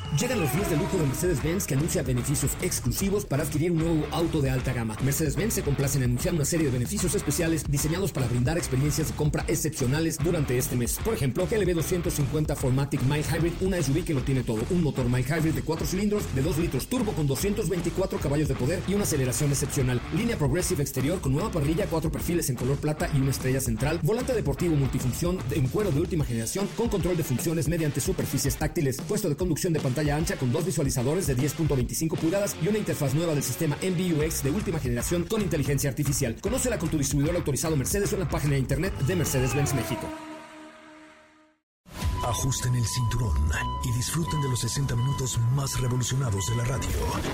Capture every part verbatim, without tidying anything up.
Llegan los días de lujo de Mercedes-Benz, que anuncia beneficios exclusivos para adquirir un nuevo auto de alta gama. Mercedes-Benz se complace en anunciar una serie de beneficios especiales diseñados para brindar experiencias de compra excepcionales durante este mes. Por ejemplo, G L B doscientos cincuenta cuatro matic Mild Hybrid, una S U V que lo tiene todo. Un motor Mild Hybrid de cuatro cilindros de dos litros turbo con doscientos veinticuatro caballos de poder y una aceleración excepcional. Línea Progressive exterior con nueva parrilla, cuatro perfiles en color plata y una estrella central. Volante deportivo multifunción en cuero de última generación con control de funciones mediante superficies táctiles. Puesto de conducción de pantalla ancha con dos visualizadores de diez punto veinticinco pulgadas y una interfaz nueva del sistema M B U X de última generación con inteligencia artificial. Conócela con tu distribuidor autorizado Mercedes o en la página de internet de Mercedes-Benz México. Ajusten el cinturón y disfruten de los sesenta minutos más revolucionados de la radio.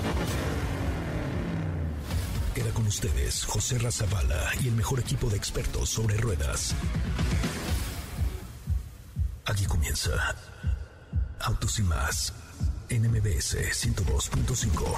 Queda con ustedes José Razabala y el mejor equipo de expertos sobre ruedas. Aquí comienza Autos y Más en M B S ciento dos punto cinco.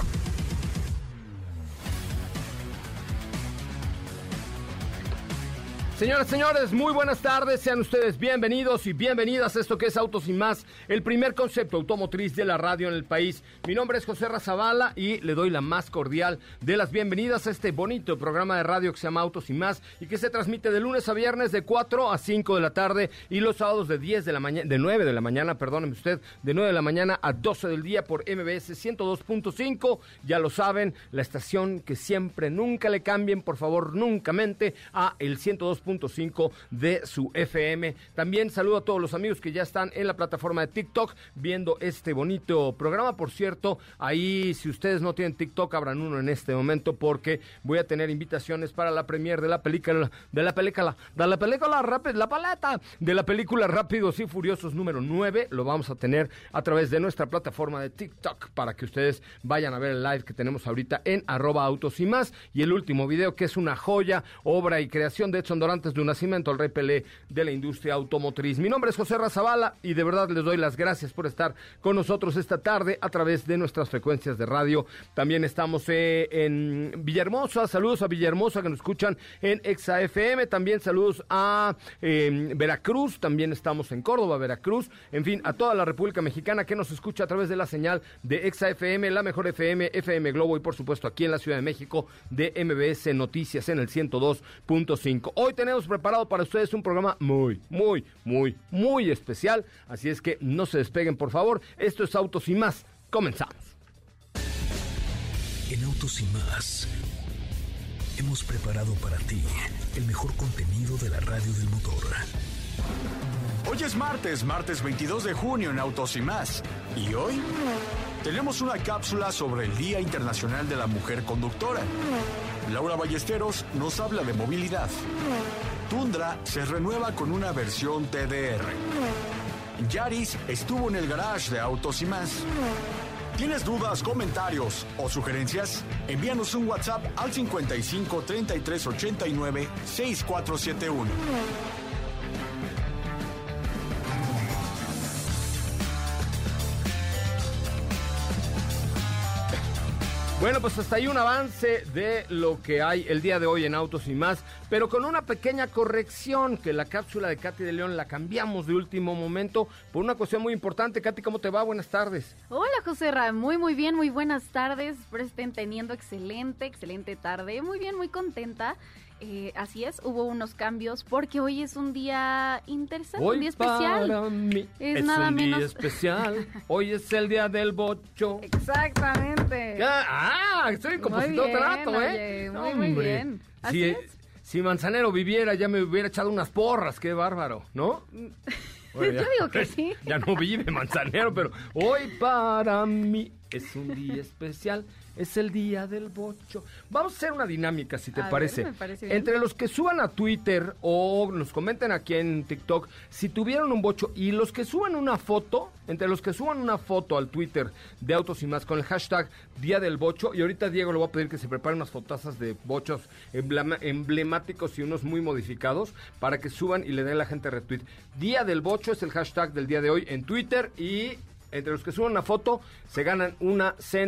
Señoras y señores, muy buenas tardes, sean ustedes bienvenidos y bienvenidas a esto que es Autos y Más, el primer concepto automotriz de la radio en el país. Mi nombre es José Razabala y le doy la más cordial de las bienvenidas a este bonito programa de radio que se llama Autos y Más y que se transmite de lunes a viernes de cuatro a cinco de la tarde y los sábados de diez de la mañana, de nueve de la mañana, perdóneme usted, de nueve de la mañana a doce del día por M B S ciento dos punto cinco. Ya lo saben, la estación que siempre, nunca le cambien, por favor, nunca mente, a el ciento dos punto cinco de su F M. También saludo a todos los amigos que ya están en la plataforma de TikTok viendo este bonito programa. Por cierto, ahí si ustedes no tienen TikTok, abran uno en este momento porque voy a tener invitaciones para la premier de la película, de la película, de la película rápida, la paleta, de la película Rápidos y Furiosos número nueve. Lo vamos a tener a través de nuestra plataforma de TikTok para que ustedes vayan a ver el live que tenemos ahorita en arroba autos y más. Y el último video que es una joya, obra y creación de Edson Dorantes de un nacimiento, el rey Pelé de la industria automotriz. Mi nombre es José Razabala y de verdad les doy las gracias por estar con nosotros esta tarde a través de nuestras frecuencias de radio. También estamos eh, en Villahermosa, saludos a Villahermosa que nos escuchan en Exa F M, también saludos a eh, Veracruz, también estamos en Córdoba, Veracruz, en fin, a toda la República Mexicana que nos escucha a través de la señal de Exa F M, la mejor F M, F M Globo y por supuesto aquí en la Ciudad de México de M B S Noticias en el ciento dos punto cinco. Hoy tenemos preparado para ustedes un programa muy, muy, muy, muy especial, así es que no se despeguen, por favor. Esto es Autos y Más. Comenzamos. En Autos y Más hemos preparado para ti el mejor contenido de la radio del motor. Hoy es martes, martes veintidós de junio en Autos y Más. Y hoy tenemos una cápsula sobre el Día Internacional de la Mujer Conductora. Laura Ballesteros nos habla de movilidad. Tundra se renueva con una versión T D R. Yaris estuvo en el garage de Autos y Más. ¿Tienes dudas, comentarios o sugerencias? Envíanos un WhatsApp al cincuenta y cinco, treinta y tres, ochenta y nueve, sesenta y cuatro setenta y uno. Bueno, pues hasta ahí un avance de lo que hay el día de hoy en Autos y Más, pero con una pequeña corrección, que la cápsula de Katy de León la cambiamos de último momento por una cuestión muy importante. Katy, ¿cómo te va? Buenas tardes. Hola, José Ra, muy muy bien, muy buenas tardes, espero estén teniendo excelente, excelente tarde, muy bien, muy contenta. Eh, así es, hubo unos cambios porque hoy es un día interesante, hoy un día especial. Para mí es, es nada un menos... día especial. Hoy es el día del bocho. Exactamente. Ah, estoy en compositor de rato, ¿eh? Oye, muy, muy bien. Así si, es. Si Manzanero viviera, ya me hubiera echado unas porras, qué bárbaro, ¿no? Bueno, ya, yo digo que sí. Ya no vive Manzanero, pero hoy para mí es un día especial. Es el día del bocho. Vamos a hacer una dinámica, si te a parece. Ver, me parece bien. Entre los que suban a Twitter o nos comenten aquí en TikTok si tuvieron un bocho, y los que suban una foto, entre los que suban una foto al Twitter de Autos y Más con el hashtag Día del Bocho, y ahorita Diego le voy a pedir que se prepare unas fotazas de bochos emblema, emblemáticos y unos muy modificados para que suban y le den a la gente retweet. Día del Bocho es el hashtag del día de hoy en Twitter, y entre los que suban una foto se ganan una cena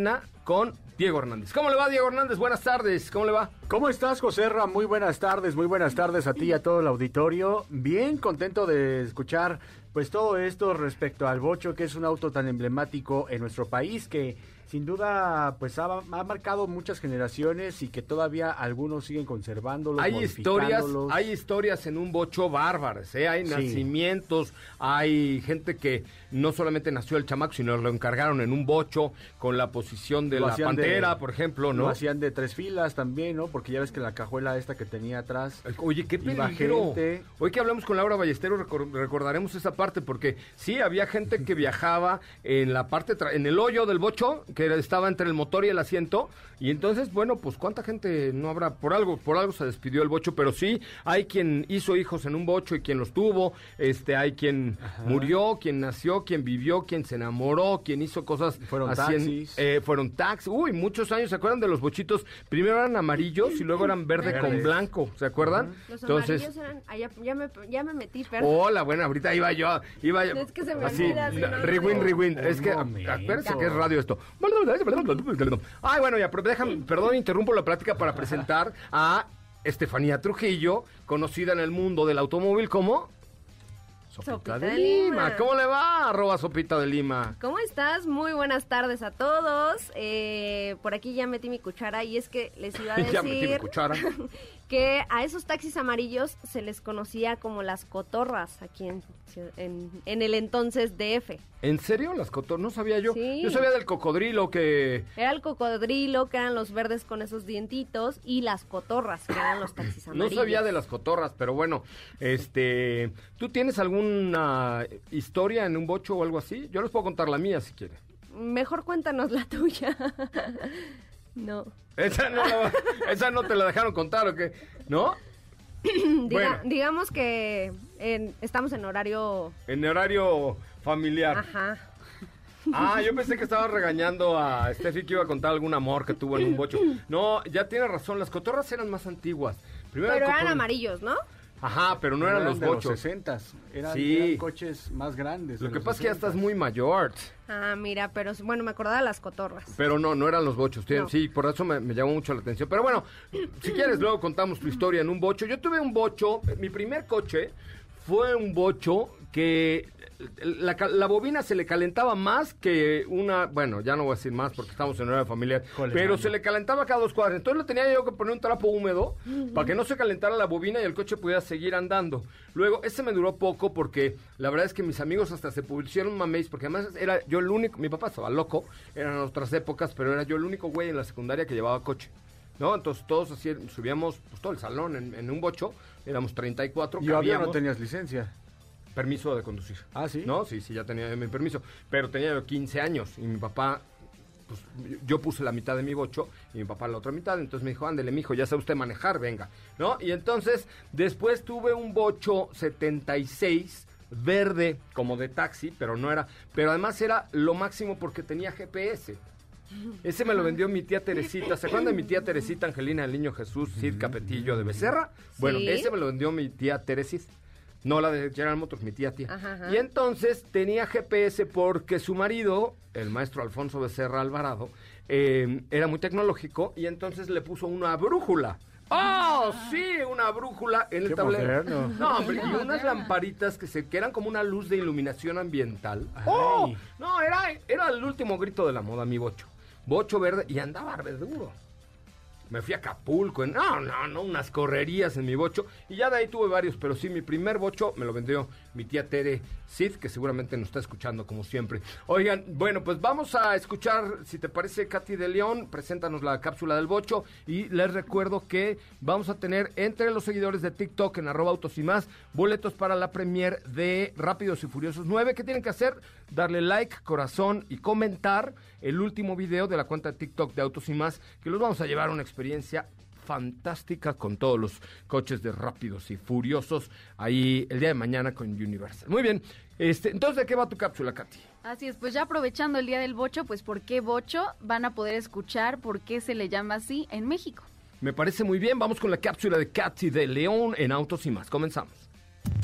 con Diego Hernández. ¿Cómo le va, Diego Hernández? Buenas tardes, ¿cómo le va? ¿Cómo estás, Joserra? Muy buenas tardes, muy buenas tardes a ti y a todo el auditorio. Bien contento de escuchar pues todo esto respecto al bocho, que es un auto tan emblemático en nuestro país que sin duda pues ha, ha marcado muchas generaciones y que todavía algunos siguen conservándolos, hay historias, modificándolos. hay historias en un bocho bárbaras, ¿eh? Hay Sí. nacimientos, hay gente que no solamente nació el chamaco, sino lo encargaron en un bocho con la posición de Lo la hacían pantera, de- por ejemplo, ¿no? Lo hacían de tres filas también, ¿no? Porque ya ves que la cajuela esta que tenía atrás... Oye, qué iba peligro. gente. Hoy que hablamos con Laura Ballesteros recor- recordaremos esa parte, porque sí, había gente que viajaba en la parte, tra- en el hoyo del bocho, que era- estaba entre el motor y el asiento, y entonces, bueno, pues cuánta gente no habrá, por algo, por algo se despidió el bocho, pero sí, hay quien hizo hijos en un bocho y quien los tuvo, este, hay quien Ajá. murió, quien nació, quien vivió, quien se enamoró, quien hizo cosas Fueron así en- taxis. eh, fueron taxis, uy, muchos años, ¿se acuerdan de los bochitos? Primero eran amarillos y luego eran verde con Verdes. blanco, ¿se acuerdan? Los Entonces, amarillos eran... ah, ya, ya me, ya me metí, perdón. hola, bueno, ahorita iba yo, iba yo. Es que se me así, olvida, si no, no, no rewind, veo. rewind, Un es que, momento. acuérdense que es radio esto. Ay, bueno, ya, pero déjame, perdón, interrumpo la plática para presentar a Estefanía Trujillo, conocida en el mundo del automóvil como... Sopita de Lima. ¿Cómo le va? Arroba Sopita de Lima. ¿Cómo estás? Muy buenas tardes a todos. Eh, por aquí ya metí mi cuchara y es que les iba a decir Ya metí mi cuchara. que a esos taxis amarillos se les conocía como las cotorras aquí en, en, en el entonces D F. ¿En serio? Las cotorras, no sabía yo. Sí. Yo sabía del cocodrilo que... Era el cocodrilo, que eran los verdes con esos dientitos, y las cotorras, que eran los taxis No amarillos. sabía de las cotorras, pero bueno, este, ¿tú tienes alguna historia en un bocho o algo así? Yo les puedo contar la mía si quiere. Mejor cuéntanos la tuya. No. Esa no, la- esa no te la dejaron contar, ¿o qué? ¿No? Diga- Bueno. Digamos que en- estamos en horario... En horario familiar. Ajá. Ah, yo pensé que estaba regañando a Steffi que iba a contar algún amor que tuvo en un bocho. No, ya tiene razón, las cotorras eran más antiguas. Primero Pero el eran cocodrilo- amarillos, ¿no? Ajá, pero no eran los de bochos. los sesentas. Eran, Sí. eran coches más grandes. Lo de que los pasa es que ya estás sesentas. muy mayor. Ah, mira, pero bueno, me acordaba de las cotorras. Pero no, no eran los bochos. Tienen- No. Sí, por eso me, me llamó mucho la atención. Pero bueno, si quieres, luego contamos tu historia en un bocho. Yo tuve un bocho, mi primer coche fue un bocho que la, ca- la bobina se le calentaba más que una... Bueno, ya no voy a decir más porque estamos en horario familiar. Híjole, pero mano. se le calentaba cada dos cuadras. Entonces le tenía yo que poner un trapo húmedo para que no se calentara la bobina y el coche pudiera seguir andando. Luego, ese me duró poco porque la verdad es que mis amigos hasta se pusieron mameis porque además era yo el único... Mi papá estaba loco, eran otras épocas, pero era yo el único güey en la secundaria que llevaba coche. ¿No? Entonces todos así subíamos pues, todo el salón en, en un bocho, éramos treinta y cuatro, Y obvio cabíamos. no tenías licencia. Permiso de conducir. Ah, ¿sí? No, sí, sí, ya tenía mi permiso. Pero tenía yo quince años y mi papá, pues yo puse la mitad de mi bocho y mi papá la otra mitad. Entonces me dijo, ándele, mijo, ya sabe usted manejar, venga. ¿No? Y entonces después tuve un bocho setenta y seis verde, como de taxi, pero no era. Pero además era lo máximo porque tenía G P S. Ese me lo vendió mi tía Teresita. ¿Se acuerdan de mi tía Teresita, Angelina, el niño Jesús, Cid Capetillo de Becerra? Bueno, Sí. ese me lo vendió mi tía Teresis. No la de General Motors, mi tía tía. Ajá, ajá. Y entonces tenía G P S porque su marido, el maestro Alfonso Becerra Alvarado, eh, era muy tecnológico y entonces le puso una brújula. ¡Oh, sí! Una brújula en el Qué tablero. moderno. No, hombre, y unas lamparitas que se que eran como una luz de iluminación ambiental. Ay. ¡Oh! No, era, era el último grito de la moda, mi bocho. Bocho verde y andaba re duro. Me fui a Acapulco, en- no, no, no, unas correrías en mi bocho. Y ya de ahí tuve varios, pero sí, mi primer bocho me lo vendió mi tía Tere Cid, que seguramente nos está escuchando como siempre. Oigan, bueno, pues vamos a escuchar, si te parece, Katy de León, preséntanos la cápsula del bocho. Y les recuerdo que vamos a tener entre los seguidores de TikTok en arroba autos y más, boletos para la premier de Rápidos y Furiosos nueve. ¿Qué tienen que hacer? Darle like, corazón y comentar el último video de la cuenta de TikTok de Autos y Más, que los vamos a llevar a una experiencia fantástica con todos los coches de Rápidos y Furiosos ahí el día de mañana con Universal. Muy bien, este, entonces, ¿de qué va tu cápsula, Katy? Así es, pues ya aprovechando el Día del Bocho, pues ¿por qué bocho? Van a poder escuchar por qué se le llama así en México. Me parece muy bien, vamos con la cápsula de Katy de León en Autos y Más. Comenzamos.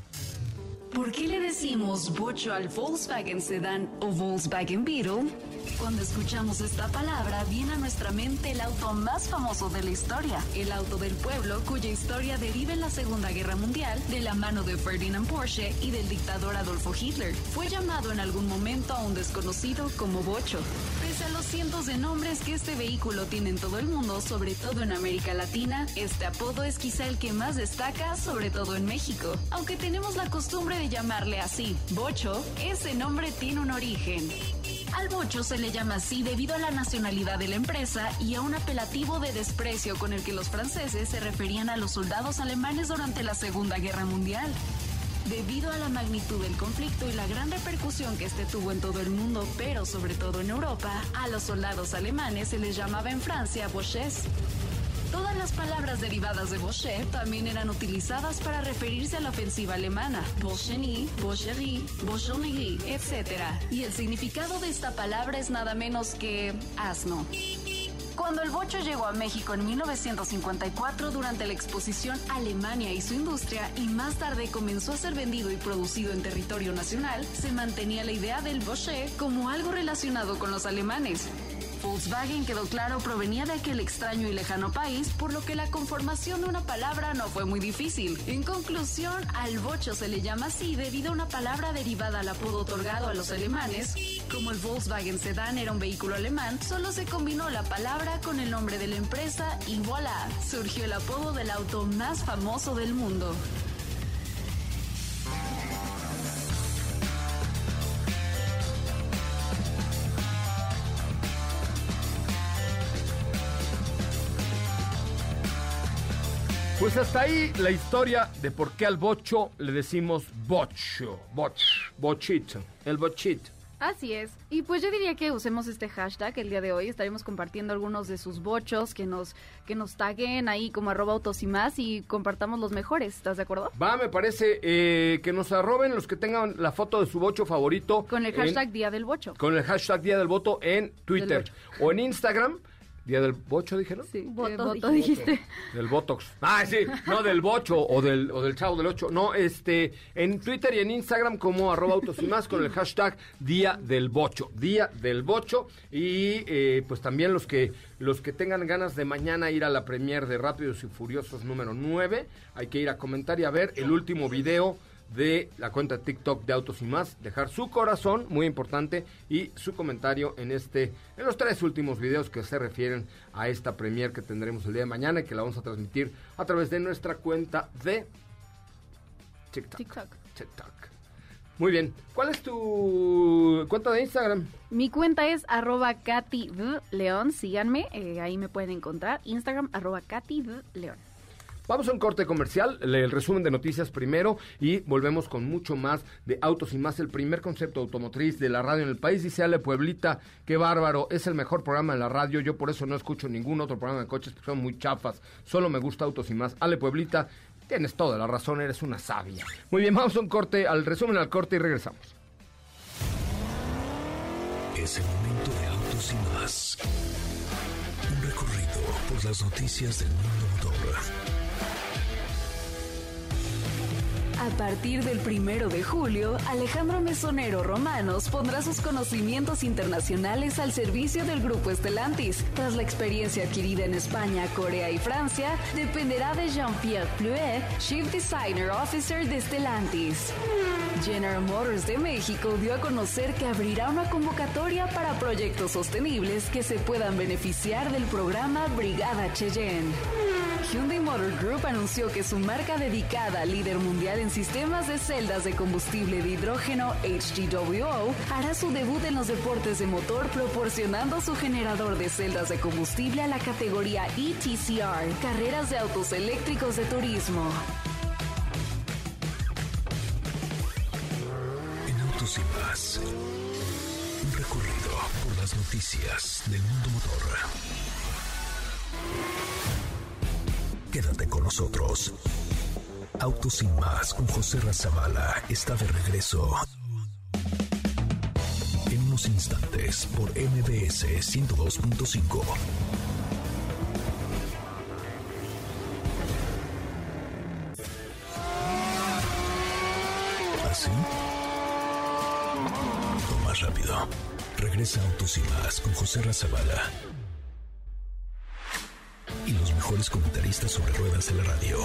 ¿Por qué le decimos bocho al Volkswagen Sedán o Volkswagen Beetle? Cuando escuchamos esta palabra, viene a nuestra mente el auto más famoso de la historia, el auto del pueblo, cuya historia deriva en la Segunda Guerra Mundial de la mano de Ferdinand Porsche y del dictador Adolfo Hitler. Fue llamado en algún momento a un desconocido como bocho. Pese a los cientos de nombres que este vehículo tiene en todo el mundo, sobre todo en América Latina, este apodo es quizá el que más destaca, sobre todo en México. Aunque tenemos la costumbre de llamarle así, bocho, ese nombre tiene un origen. Al bocho se le llama así debido a la nacionalidad de la empresa y a un apelativo de desprecio con el que los franceses se referían a los soldados alemanes durante la Segunda Guerra Mundial. Debido a la magnitud del conflicto y la gran repercusión que este tuvo en todo el mundo, pero sobre todo en Europa, a los soldados alemanes se les llamaba en Francia boches. Todas las palabras derivadas de Boche también eran utilizadas para referirse a la ofensiva alemana, Bolshevik, Bolcherie, Bolshevik, etcétera. Y el significado de esta palabra es nada menos que asno. Cuando el bocho llegó a México en mil novecientos cincuenta y cuatro durante la exposición Alemania y su industria y más tarde comenzó a ser vendido y producido en territorio nacional, se mantenía la idea del Boche como algo relacionado con los alemanes. Volkswagen, quedó claro, provenía de aquel extraño y lejano país, por lo que la conformación de una palabra no fue muy difícil. En conclusión, al bocho se le llama así debido a una palabra derivada al apodo otorgado a los alemanes. Como el Volkswagen Sedán era un vehículo alemán, solo se combinó la palabra con el nombre de la empresa y voilà, surgió el apodo del auto más famoso del mundo. Pues hasta ahí la historia de por qué al bocho le decimos bocho, boch, bochito, el bochito. Así es. Y pues yo diría que usemos este hashtag el día de hoy. Estaremos compartiendo algunos de sus bochos que nos que nos taguen ahí como arroba autos y más y compartamos los mejores. ¿Estás de acuerdo? Va, me parece eh, que nos arroben los que tengan la foto de su bocho favorito. Con el hashtag en, Día del Bocho. Con el hashtag Día del Voto en Twitter o en Instagram. ¿Día del bocho, dijeron? Sí, Voto, voto dijiste. Del Botox. Ah, sí, no, del bocho o del, o del chavo del ocho. No, este, en Twitter y en Instagram como arroba autos y más con el hashtag Día del Bocho. Día del Bocho. Y eh, pues también los que, los que tengan ganas de mañana ir a la premier de Rápidos y Furiosos número nueve, hay que ir a comentar y a ver el último video de la cuenta de TikTok de Autos y Más, dejar su corazón, muy importante, y su comentario en este, en los tres últimos videos que se refieren a esta premier que tendremos el día de mañana y que la vamos a transmitir a través de nuestra cuenta de TikTok. TikTok. TikTok. Muy bien. ¿Cuál es tu cuenta de Instagram? Mi cuenta es arroba Katy León, síganme, eh, ahí me pueden encontrar. Instagram arroba Katy León. Vamos a un corte comercial, el resumen de noticias primero y volvemos con mucho más de Autos y Más, el primer concepto automotriz de la radio en el país. Dice Ale Pueblita, qué bárbaro, es el mejor programa de la radio, yo por eso no escucho ningún otro programa de coches porque son muy chafas, solo me gusta Autos y Más. Ale Pueblita, tienes toda la razón, eres una sabia. Muy bien, vamos a un corte, al resumen al corte y regresamos. Es el momento de Autos y Más. Un recorrido por las noticias del mundo motor. A partir del primero de julio, Alejandro Mesonero Romanos pondrá sus conocimientos internacionales al servicio del Grupo Stellantis. Tras la experiencia adquirida en España, Corea y Francia, dependerá de Jean-Pierre Pluet, Chief Designer Officer de Stellantis. General Motors de México dio a conocer que abrirá una convocatoria para proyectos sostenibles que se puedan beneficiar del programa Brigada Cheyenne. Hyundai Motor Group anunció que su marca dedicada, líder mundial en sistemas de celdas de combustible de hidrógeno H G W O, hará su debut en los deportes de motor proporcionando su generador de celdas de combustible a la categoría E T C R, carreras de autos eléctricos de turismo. En Autos y Más, un recorrido por las noticias del mundo motor. Quédate con nosotros. Autos y Más con José Razabala está de regreso. En unos instantes por M B S ciento dos punto cinco. ¿Así? O más rápido. Regresa Autos y Más con José Razabala. Y los mejores comentaristas sobre ruedas de la radio.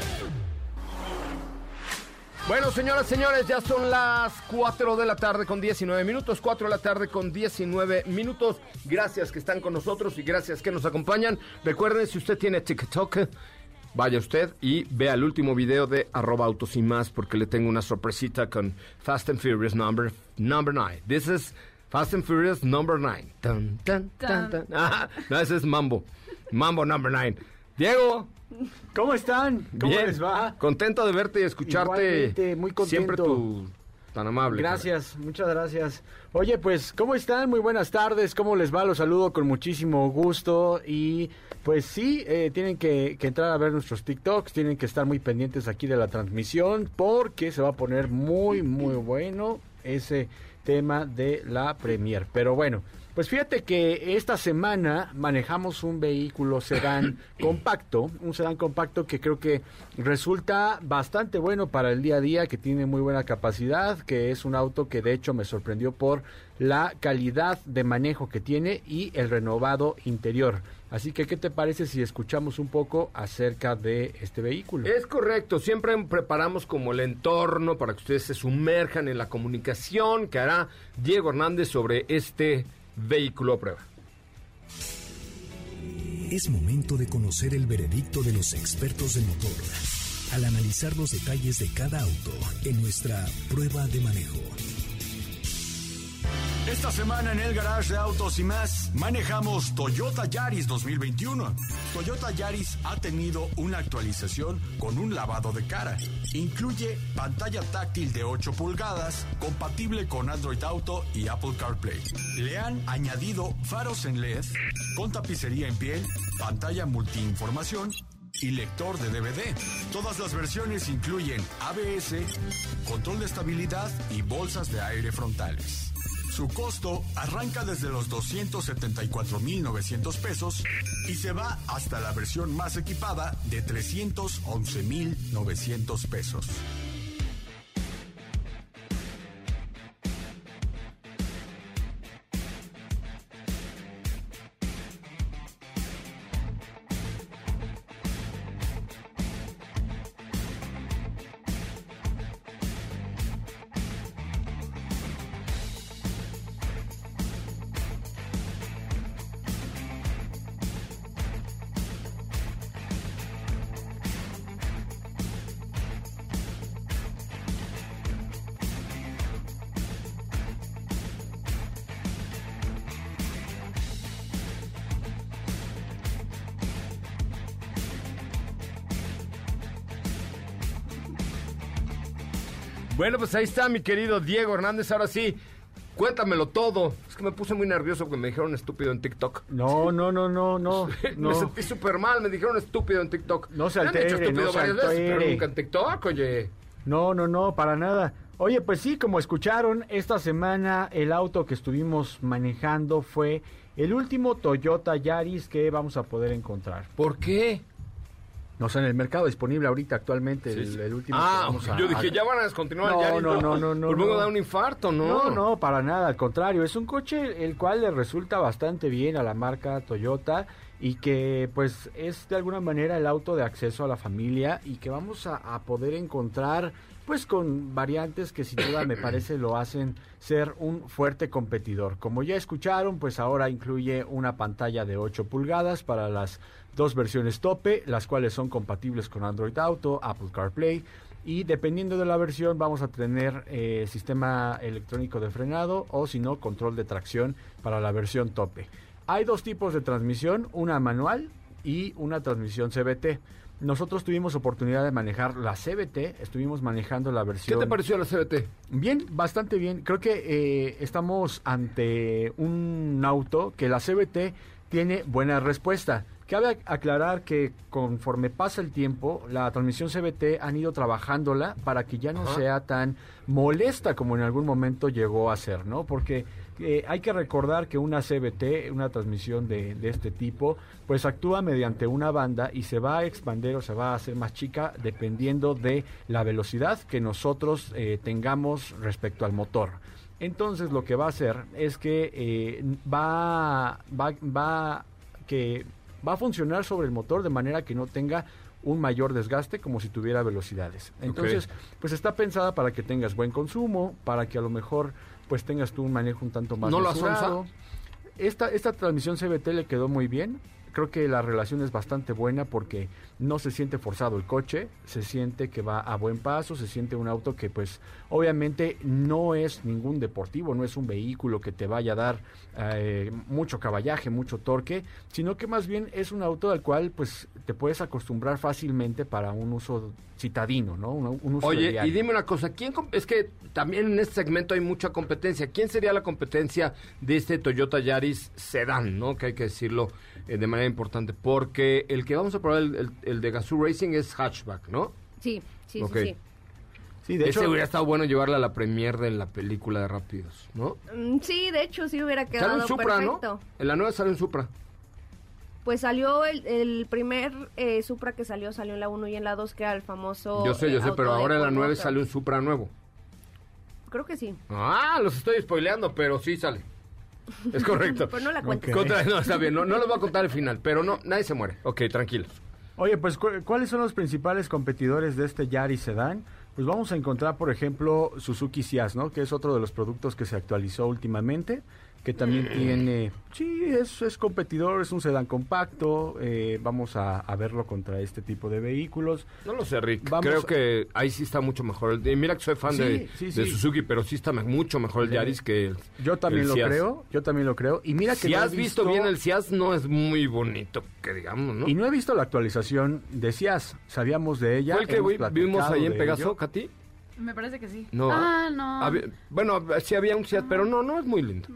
Bueno, señoras, señores, ya son las cuatro de la tarde con diecinueve minutos, cuatro de la tarde con diecinueve minutos. Gracias que están con nosotros y gracias que nos acompañan. Recuerden, si usted tiene TikTok, vaya usted y vea el último video de arroba autos y más, porque le tengo una sorpresita con Fast and Furious number, number nine. This is Fast and Furious number nine. Dun, dun, dun, dun. Ah, no, ese es Mambo. Mambo number nine. Diego. ¿Cómo están? ¿Cómo Bien, les va? Contento de verte y escucharte. Igualmente, muy contento. Siempre tú tan amable. Gracias, cara. Muchas gracias. Oye, pues, ¿cómo están? Muy buenas tardes. ¿Cómo les va? Los saludo con muchísimo gusto. Y pues sí, eh, tienen que, que entrar a ver nuestros TikToks. Tienen que estar muy pendientes aquí de la transmisión porque se va a poner muy, muy bueno ese tema de la Premier. Pero bueno, pues fíjate que esta semana manejamos un vehículo sedán compacto, un sedán compacto que creo que resulta bastante bueno para el día a día, que tiene muy buena capacidad, que es un auto que de hecho me sorprendió por la calidad de manejo que tiene y el renovado interior. Así que, ¿qué te parece si escuchamos un poco acerca de este vehículo? Es correcto, siempre preparamos como el entorno para que ustedes se sumerjan en la comunicación que hará Diego Hernández sobre este vehículo a prueba. Es momento de conocer el veredicto de los expertos de motor al analizar los detalles de cada auto en nuestra prueba de manejo. Esta semana en el Garage de Autos y Más manejamos Toyota Yaris dos mil veintiuno. Toyota Yaris ha tenido una actualización con un lavado de cara. Incluye pantalla táctil de ocho pulgadas, compatible con Android Auto y Apple CarPlay. Le han añadido faros en L E D, con tapicería en piel, pantalla multiinformación y lector de D V D. Todas las versiones incluyen A B S, control de estabilidad y bolsas de aire frontales. Su costo arranca desde los doscientos setenta y cuatro mil novecientos pesos y se va hasta la versión más equipada de trescientos once mil novecientos pesos. Bueno, pues ahí está mi querido Diego Hernández. Ahora sí, cuéntamelo todo. Es que me puse muy nervioso porque me dijeron estúpido en TikTok. No, no, no, no, no. no. Me sentí súper mal, me dijeron estúpido en TikTok. No se Me han dicho altere, estúpido no se varias veces, altere. pero nunca en TikTok, oye. No, no, no, para nada. Oye, pues sí, como escucharon, esta semana el auto que estuvimos manejando fue el último Toyota Yaris que vamos a poder encontrar. ¿Por qué? No sé, en el mercado disponible ahorita actualmente, Sí, el, sí. el último Ah, que vamos a... yo dije, ya van a descontinuar No, el Yaris. no, no, no, no, Pues luego no. da un infarto, ¿no? No, no, para nada, al contrario, es un coche el cual le resulta bastante bien a la marca Toyota y que pues es de alguna manera el auto de acceso a la familia y que vamos a, a poder encontrar pues con variantes que sin duda me parece lo hacen ser un fuerte competidor. Como ya escucharon, pues ahora incluye una pantalla de ocho pulgadas para las dos versiones tope, las cuales son compatibles con Android Auto, Apple CarPlay, y dependiendo de la versión vamos a tener eh, sistema electrónico de frenado o si no control de tracción para la versión tope. Hay dos tipos de transmisión, una manual y una transmisión C V T. Nosotros tuvimos oportunidad de manejar la C V T, estuvimos manejando la ¿Qué versión... te pareció la C V T? Bien, bastante bien. Creo que eh, estamos ante un auto que la C V T tiene buena respuesta. Cabe aclarar que conforme pasa el tiempo, la transmisión C V T han ido trabajándola para que ya no Ajá. sea tan molesta como en algún momento llegó a ser, ¿no? Porque eh, hay que recordar que una C V T, una transmisión de, de este tipo, pues actúa mediante una banda y se va a expandir o se va a hacer más chica dependiendo de la velocidad que nosotros eh, tengamos respecto al motor. Entonces lo que va a hacer es que eh, va, va, va, que va a funcionar sobre el motor de manera que no tenga un mayor desgaste como si tuviera velocidades. Entonces, okay. pues está pensada para que tengas buen consumo, para que a lo mejor pues tengas tú un manejo un tanto más ¿No mesurado. Esta, esta transmisión C V T le quedó muy bien. Creo que la relación es bastante buena porque no se siente forzado el coche, se siente que va a buen paso, se siente un auto que pues obviamente no es ningún deportivo, no es un vehículo que te vaya a dar eh, mucho caballaje, mucho torque, sino que más bien es un auto al cual pues te puedes acostumbrar fácilmente para un uso citadino, ¿no? Un, un uso Oye, diario. Y dime una cosa, ¿quién es que también en este segmento hay mucha competencia? ¿Quién sería la competencia de este Toyota Yaris Sedan, ¿no? Que hay que decirlo eh, de manera importante, porque el que vamos a probar, el, el, el de Gazoo Racing, es hatchback, ¿no? Sí, sí, okay. sí, sí. Sí, de Ese hecho, hubiera estado bueno llevarla a la premiere de la película de Rápidos, ¿no? Mm, sí, de hecho sí hubiera Sale quedado un Supra, perfecto. ¿no? En la nueva sale un Supra. Pues salió el, el primer eh, Supra que salió, salió en la uno y en la dos, que era el famoso... Yo sé, eh, yo sé, auto pero de ahora en la Ford nueve Motor. sale un Supra nuevo. Creo que sí. Ah, los estoy spoileando, pero sí sale. Es correcto. Pues no la cuentes. Ok. Contra- no, está bien, no, no les voy a contar el final, pero no, nadie se muere. Ok, tranquilos. Oye, pues, ¿cu- ¿cuáles son los principales competidores de este Yaris Sedan? Pues vamos a encontrar, por ejemplo, Suzuki Ciaz, ¿no? Que es otro de los productos que se actualizó últimamente, que también tiene, sí, es, es competidor, es un sedán compacto, eh, vamos a, a verlo contra este tipo de vehículos. No lo sé, Rick. Vamos Creo a- que ahí sí está mucho mejor. El- y mira que soy fan Sí, de, sí, de sí. Suzuki, pero sí está me- mucho mejor el Sí. Yaris que el Yo también el lo Ciaz. creo, yo también lo creo. Y mira que Si no he has visto bien el Ciaz, no es muy bonito, que digamos, ¿no? Y no he visto la actualización de Ciaz, sabíamos de ella. ¿Fue el que hemos vi- vimos platicado ahí en de Pegaso, ello. Katy? Me parece que sí. No. Ah, no. Había- bueno, sí había un Ciaz, pero no, no es muy lindo.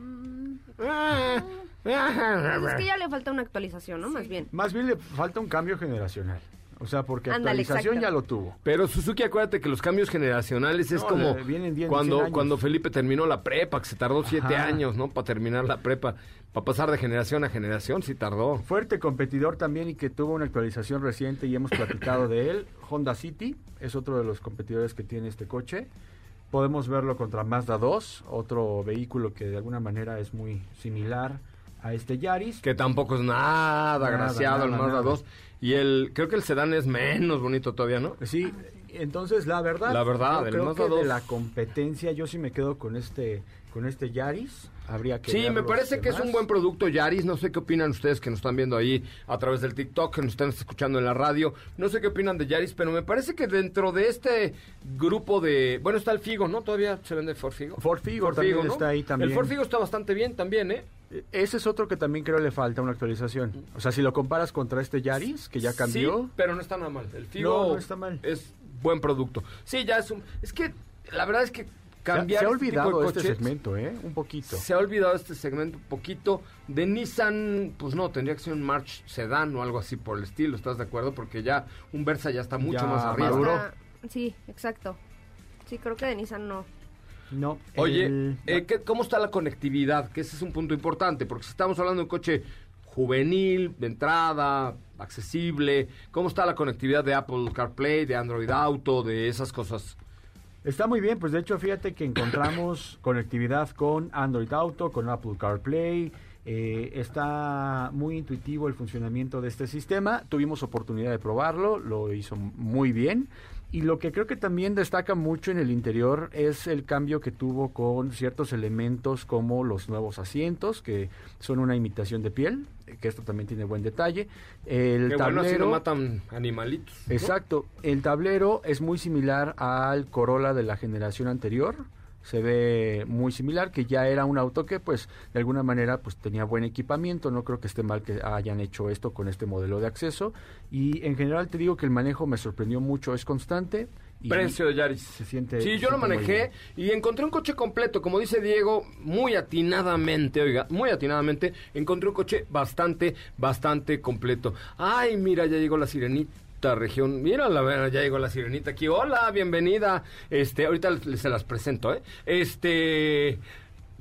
Ah, Pues es que ya le falta una actualización, ¿no? Más bien. Más bien le falta un cambio generacional. O sea, porque Ándale, actualización exacto. ya lo tuvo. Pero Suzuki, acuérdate que los cambios generacionales es No, como le vienen diez, cuando, cien años. cuando Felipe terminó la prepa, que se tardó siete Ajá. años, ¿no? Para terminar la prepa, para pasar de generación a generación, sí tardó. Fuerte competidor también y que tuvo una actualización reciente y hemos platicado de él. Honda City es otro de los competidores que tiene este coche. Podemos verlo contra Mazda dos, otro vehículo que de alguna manera es muy similar a este Yaris. Que tampoco es nada, Nada, agraciado el nada, Mazda nada. dos. Y el, creo que el sedán es menos bonito todavía, ¿no? Sí, entonces la verdad, La verdad, yo el creo Mazda que dos. de la competencia yo sí me quedo con este con este Yaris. Habría que Sí, ver me los parece que es demás. un buen producto Yaris. No sé qué opinan ustedes que nos están viendo ahí a través del TikTok, que nos están escuchando en la radio. No sé qué opinan de Yaris, pero me parece que dentro de este grupo de... Bueno, está el Figo, ¿no? Todavía se vende Ford Figo. Ford Figo también está ahí también. El Ford Figo está bastante bien también, ¿eh? Ese es otro que también creo le falta una actualización. O sea, si lo comparas contra este Yaris, que ya cambió. Sí, pero no está nada mal. El Figo No, no está mal. es buen producto. Sí, ya es un... Es que la verdad es que Se ha- cambiar se ha este tipo olvidado de este coches- segmento, ¿eh? Un poquito. Se ha olvidado este segmento un poquito. De Nissan, pues no, tendría que ser un March Sedan o algo así por el estilo, ¿estás de acuerdo? Porque ya un Versa ya está mucho Ya más arriba. maduró. Está- Sí, exacto. Sí, creo que de Nissan no. No. Oye, el- eh, ¿qué- ¿cómo está la conectividad? Que ese es un punto importante, porque si estamos hablando de un coche juvenil, de entrada, accesible, ¿cómo está la conectividad de Apple CarPlay, de Android Auto, de esas cosas? Está muy bien, pues de hecho fíjate que encontramos conectividad con Android Auto, con Apple CarPlay, eh, está muy intuitivo el funcionamiento de este sistema, tuvimos oportunidad de probarlo, lo hizo muy bien, y lo que creo que también destaca mucho en el interior es el cambio que tuvo con ciertos elementos como los nuevos asientos, que son una imitación de piel, que esto también tiene buen detalle, el Qué tablero... bueno, así no matan animalitos, ¿no? Exacto, el tablero es muy similar al Corolla de la generación anterior, se ve muy similar, que ya era un auto que pues de alguna manera pues tenía buen equipamiento, no creo que esté mal que hayan hecho esto con este modelo de acceso, y en general te digo que el manejo me sorprendió mucho, es constante. Y Precio de Yaris. se siente- Sí, se yo lo siente muy manejé y encontré un coche completo, como dice Diego, muy atinadamente, oiga, muy atinadamente, encontré un coche bastante, bastante completo. Ay, mira, ya llegó la sirenita. Región, mira, la, ya llegó la sirenita aquí. Hola, bienvenida. Este, ahorita les- se las presento, ¿eh? Este,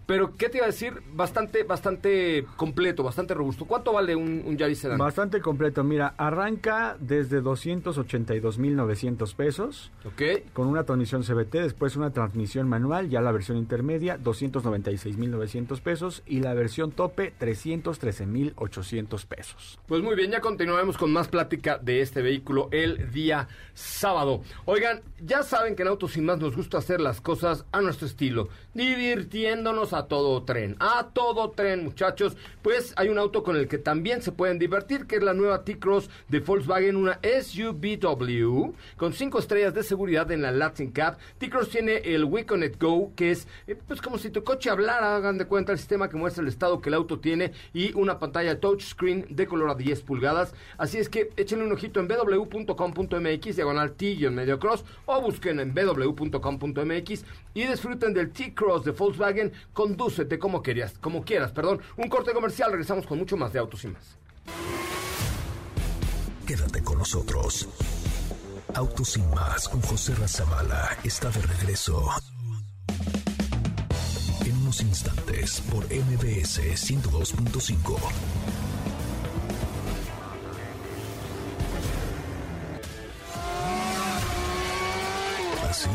pero ¿qué te iba a decir? Bastante, bastante completo, bastante robusto. ¿Cuánto vale un, un Yaris Sedan? Bastante completo, mira, arranca desde doscientos ochenta y dos mil novecientos pesos. Ok. Con una transmisión C V T, después una transmisión manual, ya la versión intermedia, doscientos noventa y seis mil novecientos pesos, y la versión tope, trescientos trece mil ochocientos pesos. Pues muy bien, ya continuaremos con más plática de este vehículo el día sábado. Oigan, ya saben que en Autos Sin Más nos gusta hacer las cosas a nuestro estilo, divirtiéndonos a todo tren, a todo tren, muchachos. Pues hay un auto con el que también se pueden divertir, que es la nueva T-Cross de Volkswagen, una S U V W con cinco estrellas de seguridad en la Latin Cab. T-Cross tiene el WeConnect Go, que es eh, pues como si tu coche hablara, hagan de cuenta, el sistema que muestra el estado que el auto tiene, y una pantalla touchscreen de color a diez pulgadas. Así es que échenle un ojito en w w w punto com punto m x diagonal T-Medio Cross, o busquen en w w w punto com punto m x y disfruten del T-Cross de Volkswagen. Condúcete como quieras, como quieras, perdón. Un corte comercial, regresamos con mucho más de Autos y Más. Quédate con nosotros. Autos Sin Más con José Razabala está de regreso. En unos instantes por M B S ciento dos punto cinco. ¿Así?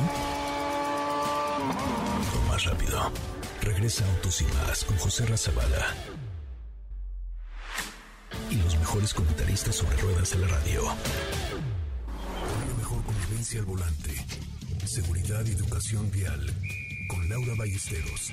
O más rápido. Regresa Autos y Más con José Razabala y los mejores comentaristas sobre ruedas de la radio. La mejor convivencia al volante, seguridad y educación vial con Laura Ballesteros.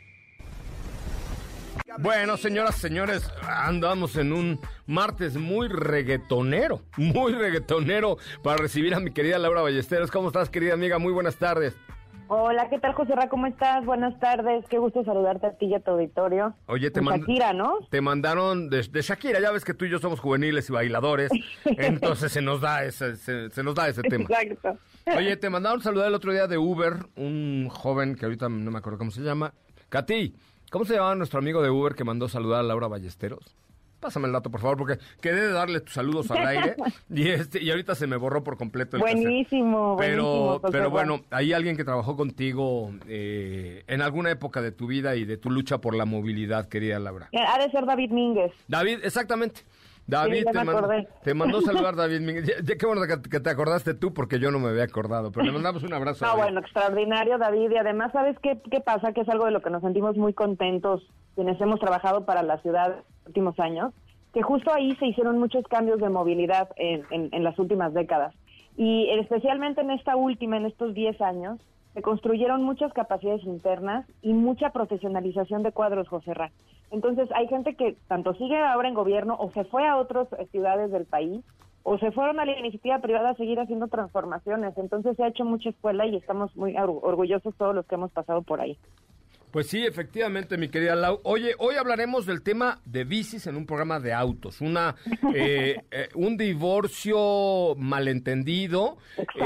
Bueno, señoras, señores, andamos en un martes muy reggaetonero, muy reggaetonero para recibir a mi querida Laura Ballesteros. ¿Cómo estás, querida amiga? Muy buenas tardes. Hola, ¿qué tal, José Ra? ¿Cómo estás? Buenas tardes, qué gusto saludarte a ti y a tu auditorio. Oye, te mandaron... Shakira, ¿no? Te mandaron de, de Shakira, ya ves que tú y yo somos juveniles y bailadores, entonces se nos da ese, se, se nos da ese tema. Exacto. Oye, te mandaron saludar el otro día de Uber, un joven que ahorita no me acuerdo cómo se llama. Katy, ¿cómo se llamaba nuestro amigo de Uber que mandó saludar a Laura Ballesteros? Pásame el dato, por favor, porque quedé de darle tus saludos al aire y este y ahorita se me borró por completo el Buenísimo, cassette. Pero, buenísimo. pero bueno, hay alguien que trabajó contigo eh, en alguna época de tu vida y de tu lucha por la movilidad, querida Laura. Ha de ser David Mínguez. David, exactamente. David, sí, te, mandó, te mandó saludar David Mínguez. Ya, ya, qué bueno que, que te acordaste tú, porque yo no me había acordado, pero le mandamos un abrazo. Ah, bueno, extraordinario, David. Y además, ¿sabes qué, qué pasa? Que es algo de lo que nos sentimos muy contentos quienes hemos trabajado para la ciudad en los últimos años, que justo ahí se hicieron muchos cambios de movilidad en, en, en las últimas décadas. Y especialmente en esta última, en estos diez años, se construyeron muchas capacidades internas y mucha profesionalización de cuadros, José Ra. Entonces, hay gente que tanto sigue ahora en gobierno o se fue a otras ciudades del país o se fueron a la iniciativa privada a seguir haciendo transformaciones. Entonces, se ha hecho mucha escuela y estamos muy orgullosos todos los que hemos pasado por ahí. Pues sí, efectivamente, mi querida Lau. Oye, hoy hablaremos del tema de bicis en un programa de autos. Una eh, eh, un divorcio malentendido,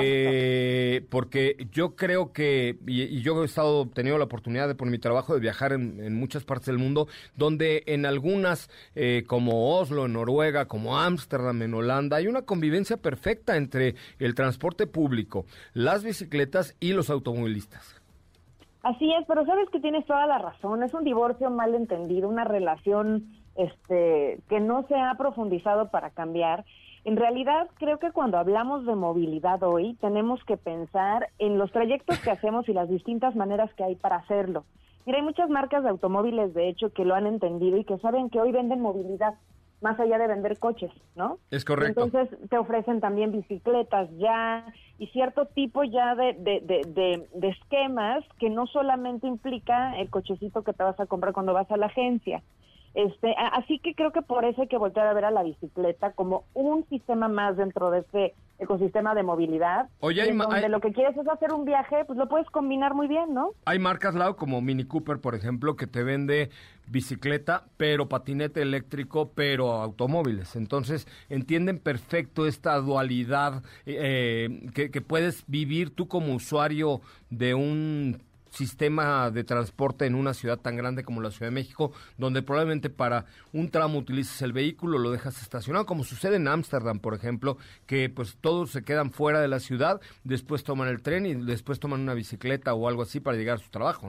eh, porque yo creo que, y, y yo he estado teniendo la oportunidad de, por mi trabajo, de viajar en, en muchas partes del mundo, donde en algunas, eh, como Oslo, en Noruega, como Ámsterdam, en Holanda, hay una convivencia perfecta entre el transporte público, las bicicletas y los automovilistas. Así es, pero sabes que tienes toda la razón, es un divorcio mal entendido, una relación este, que no se ha profundizado para cambiar. En realidad, creo que cuando hablamos de movilidad hoy, tenemos que pensar en los trayectos que hacemos y las distintas maneras que hay para hacerlo. Mira, hay muchas marcas de automóviles, de hecho, que lo han entendido y que saben que hoy venden movilidad, más allá de vender coches, ¿no? Es correcto. Entonces te ofrecen también bicicletas ya y cierto tipo ya de, de, de, de, de esquemas que no solamente implica el cochecito que te vas a comprar cuando vas a la agencia. Este, así que creo que por eso hay que voltear a ver a la bicicleta como un sistema más dentro de este ecosistema de movilidad. Oye, hay, donde hay, lo que quieres es hacer un viaje, pues lo puedes combinar muy bien, ¿no? Hay marcas, Lau, como Mini Cooper, por ejemplo, que te vende bicicleta, pero patinete eléctrico, pero automóviles. Entonces, entienden perfecto esta dualidad eh, que, que puedes vivir tú como usuario de un sistema de transporte en una ciudad tan grande como la Ciudad de México, donde probablemente para un tramo utilices el vehículo, lo dejas estacionado, como sucede en Ámsterdam, por ejemplo, que pues todos se quedan fuera de la ciudad, después toman el tren y después toman una bicicleta o algo así para llegar a su trabajo, ¿no?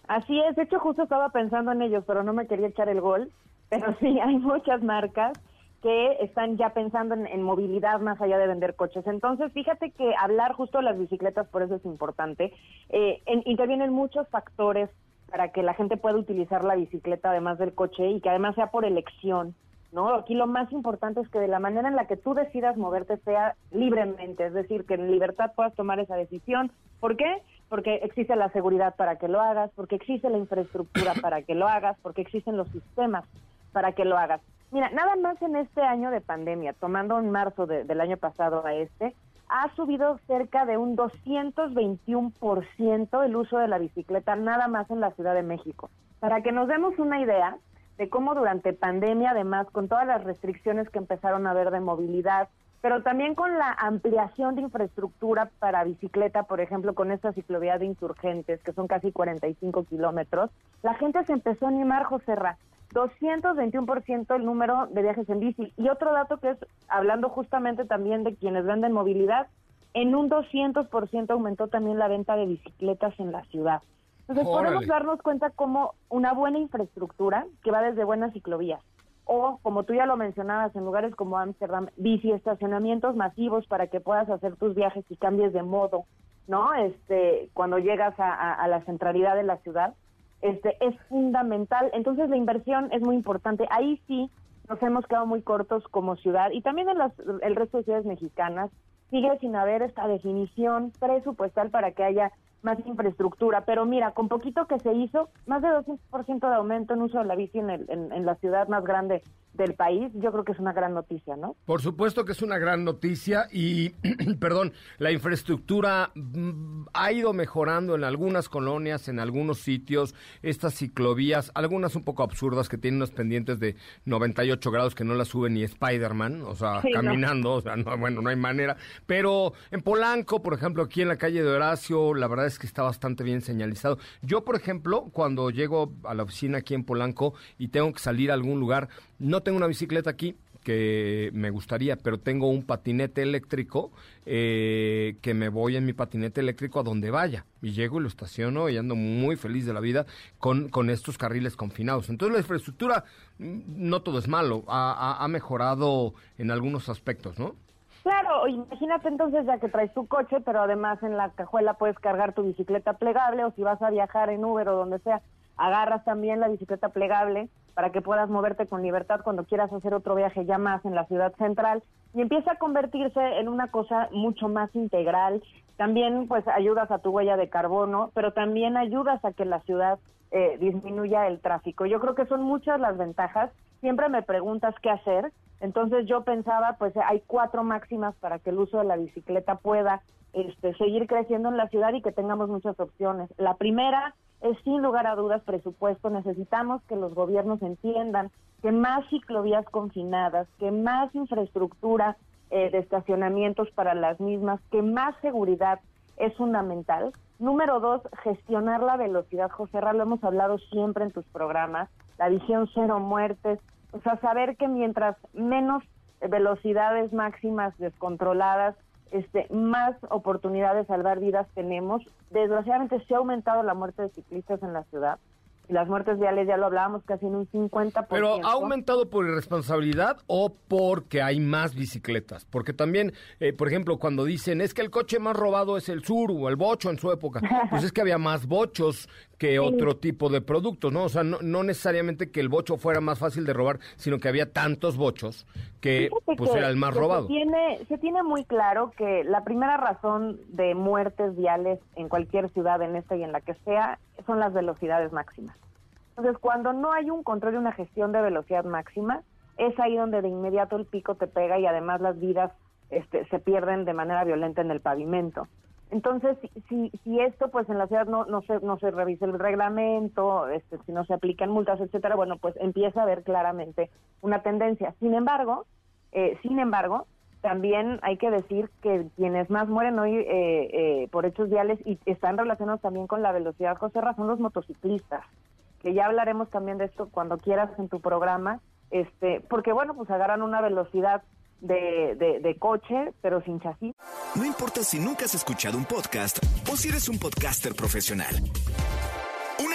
Así es, de hecho justo estaba pensando en ellos, pero no me quería echar el gol, pero sí, hay muchas marcas que están ya pensando en, en movilidad más allá de vender coches. Entonces, fíjate que hablar justo de las bicicletas, por eso es importante, eh, en, intervienen muchos factores para que la gente pueda utilizar la bicicleta además del coche y que además sea por elección, ¿no? Aquí lo más importante es que de la manera en la que tú decidas moverte sea libremente, es decir, que en libertad puedas tomar esa decisión. ¿Por qué? Porque existe la seguridad para que lo hagas, porque existe la infraestructura para que lo hagas, porque existen los sistemas para que lo hagas. Mira, nada más en este año de pandemia, tomando en marzo de, del año pasado a este, ha subido cerca de un doscientos veintiuno por ciento el uso de la bicicleta nada más en la Ciudad de México. Para que nos demos una idea de cómo durante pandemia, además, con todas las restricciones que empezaron a haber de movilidad, pero también con la ampliación de infraestructura para bicicleta, por ejemplo, con esta ciclovía de Insurgentes, que son casi cuarenta y cinco kilómetros, la gente se empezó a animar, Joserra. doscientos veintiuno por ciento el número de viajes en bici. Y otro dato que es, hablando justamente también de quienes venden movilidad, en un doscientos por ciento aumentó también la venta de bicicletas en la ciudad. Entonces Órale. podemos darnos cuenta como una buena infraestructura, que va desde buenas ciclovías, o como tú ya lo mencionabas, en lugares como Ámsterdam, bici estacionamientos masivos para que puedas hacer tus viajes y cambies de modo, ¿no? Este, cuando llegas a, a, a la centralidad de la ciudad, este, es fundamental. Entonces la inversión es muy importante. Ahí sí nos hemos quedado muy cortos como ciudad, y también en las, el resto de ciudades mexicanas sigue sin haber esta definición presupuestal para que haya más infraestructura, pero mira, con poquito que se hizo, más de doscientos por ciento de aumento en uso de la bici en, el, en, en la ciudad más grande del país, yo creo que es una gran noticia, ¿no? Por supuesto que es una gran noticia y, perdón, la infraestructura mm, ha ido mejorando en algunas colonias, en algunos sitios, estas ciclovías, algunas un poco absurdas que tienen unos pendientes de noventa y ocho grados que no las sube ni Spider-Man, o sea, Sí, caminando, no. o sea, no, bueno, no hay manera, pero en Polanco, por ejemplo, aquí en la calle de Horacio, la verdad es que está bastante bien señalizado. Yo, por ejemplo, cuando llego a la oficina aquí en Polanco y tengo que salir a algún lugar, no tengo una bicicleta aquí, que me gustaría, pero tengo un patinete eléctrico eh, que me voy en mi patinete eléctrico a donde vaya. Y llego y lo estaciono y ando muy feliz de la vida con, con estos carriles confinados. Entonces la infraestructura, no todo es malo, ha, ha, ha mejorado en algunos aspectos, ¿no? Claro, imagínate entonces ya que traes tu coche, pero además en la cajuela puedes cargar tu bicicleta plegable, o si vas a viajar en Uber o donde sea, agarras también la bicicleta plegable para que puedas moverte con libertad cuando quieras hacer otro viaje ya más en la ciudad central, y empieza a convertirse en una cosa mucho más integral. También pues ayudas a tu huella de carbono, pero también ayudas a que la ciudad eh, disminuya el tráfico. Yo creo que son muchas las ventajas. Siempre me preguntas qué hacer, entonces yo pensaba, pues hay cuatro máximas para que el uso de la bicicleta pueda este, seguir creciendo en la ciudad y que tengamos muchas opciones. La primera es, sin lugar a dudas, presupuesto. Necesitamos que los gobiernos entiendan que más ciclovías confinadas, que más infraestructura eh, de estacionamientos para las mismas, que más seguridad es fundamental. Número dos, gestionar la velocidad. Joserra, lo hemos hablado siempre en tus programas, la visión cero muertes, o sea, saber que mientras menos velocidades máximas descontroladas, este, más oportunidades de salvar vidas tenemos. Desgraciadamente se ha aumentado la muerte de ciclistas en la ciudad, y las muertes viales, ya lo hablábamos, casi en un cincuenta por ciento. Pero ¿ha aumentado por irresponsabilidad o porque hay más bicicletas? Porque también, eh, por ejemplo, cuando dicen, es que el coche más robado es el Sur o el bocho en su época, pues es que había más bochos que Sí. otro tipo de productos, ¿no? O sea, no, no necesariamente que el bocho fuera más fácil de robar, sino que había tantos bochos que Fíjate pues que- era el más que robado. Se tiene, se tiene muy claro que la primera razón de muertes viales en cualquier ciudad, en esta y en la que sea, son las velocidades máximas. Entonces, cuando no hay un control y una gestión de velocidad máxima, es ahí donde de inmediato el pico te pega y además las vidas este, se pierden de manera violenta en el pavimento. Entonces, si, si, si esto, pues en la ciudad no, no se no se revisa el reglamento, este, si no se aplican multas, etcétera, bueno, pues empieza a haber claramente una tendencia. Sin embargo, eh, sin embargo, también hay que decir que quienes más mueren hoy eh, eh, por hechos viales y están relacionados también con la velocidad, Joserra, son los motociclistas, que ya hablaremos también de esto cuando quieras en tu programa, este, porque bueno, pues agarran una velocidad de, de, de coche, pero sin chasis. No importa si nunca has escuchado un podcast o si eres un podcaster profesional. Únete a la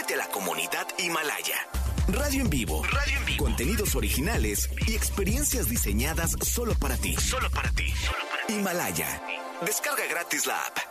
Comunidad Himalaya. Radio en vivo. Radio en vivo. Contenidos originales y experiencias diseñadas solo para ti. Solo para ti. Solo para ti. Himalaya. Descarga gratis la app.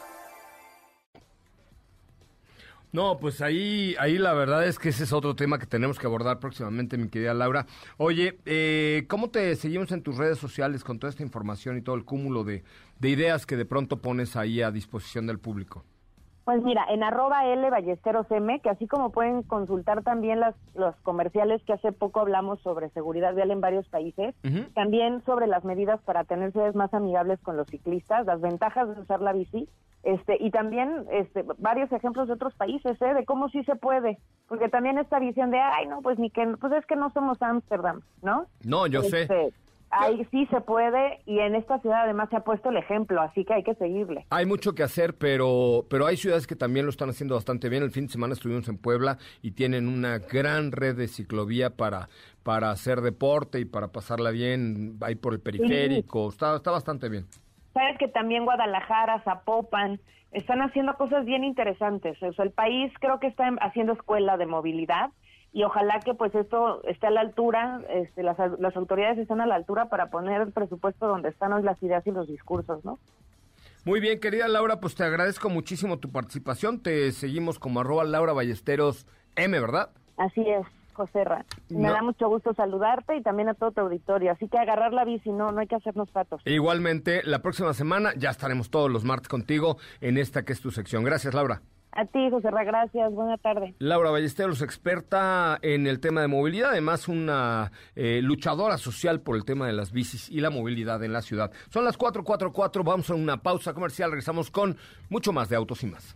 No, pues ahí, ahí la verdad es que ese es otro tema que tenemos que abordar próximamente, mi querida Laura. Oye, eh, ¿cómo te seguimos en tus redes sociales con toda esta información y todo el cúmulo de, de ideas que de pronto pones ahí a disposición del público? Pues mira, en arroba L Ballesteros M, que así como pueden consultar también las, los comerciales que hace poco hablamos sobre seguridad vial en varios países, uh-huh. también sobre las medidas para tener ciudades más amigables con los ciclistas, las ventajas de usar la bici, este y también este varios ejemplos de otros países, ¿eh? De cómo sí se puede, porque también esta visión de, ay, no, pues ni que, pues es que no somos Ámsterdam, ¿no? No, yo este, sé. Ahí sí se puede, y en esta ciudad además se ha puesto el ejemplo, así que hay que seguirle. Hay mucho que hacer, pero pero hay ciudades que también lo están haciendo bastante bien. El fin de semana estuvimos en Puebla y tienen una gran red de ciclovía para para hacer deporte y para pasarla bien, ahí por el periférico, sí. está, está bastante bien. Sabes que también Guadalajara, Zapopan, están haciendo cosas bien interesantes. O sea, el país creo que está haciendo escuela de movilidad, y ojalá que pues esto esté a la altura, este, las, las autoridades estén a la altura para poner el presupuesto donde están hoy las ideas y los discursos, ¿no? Muy bien, querida Laura, pues te agradezco muchísimo tu participación. Te seguimos como arroba Laura Ballesteros M, ¿verdad? Así es, Joserra. Me no. da mucho gusto saludarte y también a todo tu auditorio. Así que agarrar la bici, no, no hay que hacernos patos. Igualmente, la próxima semana ya estaremos todos los martes contigo en esta que es tu sección. Gracias, Laura. A ti, José Ra, gracias. Buena tarde. Laura Ballesteros, experta en el tema de movilidad, además una eh, luchadora social por el tema de las bicis y la movilidad en la ciudad. Son las cuatro cuarenta y cuatro, vamos a una pausa comercial, regresamos con mucho más de Autos y Más.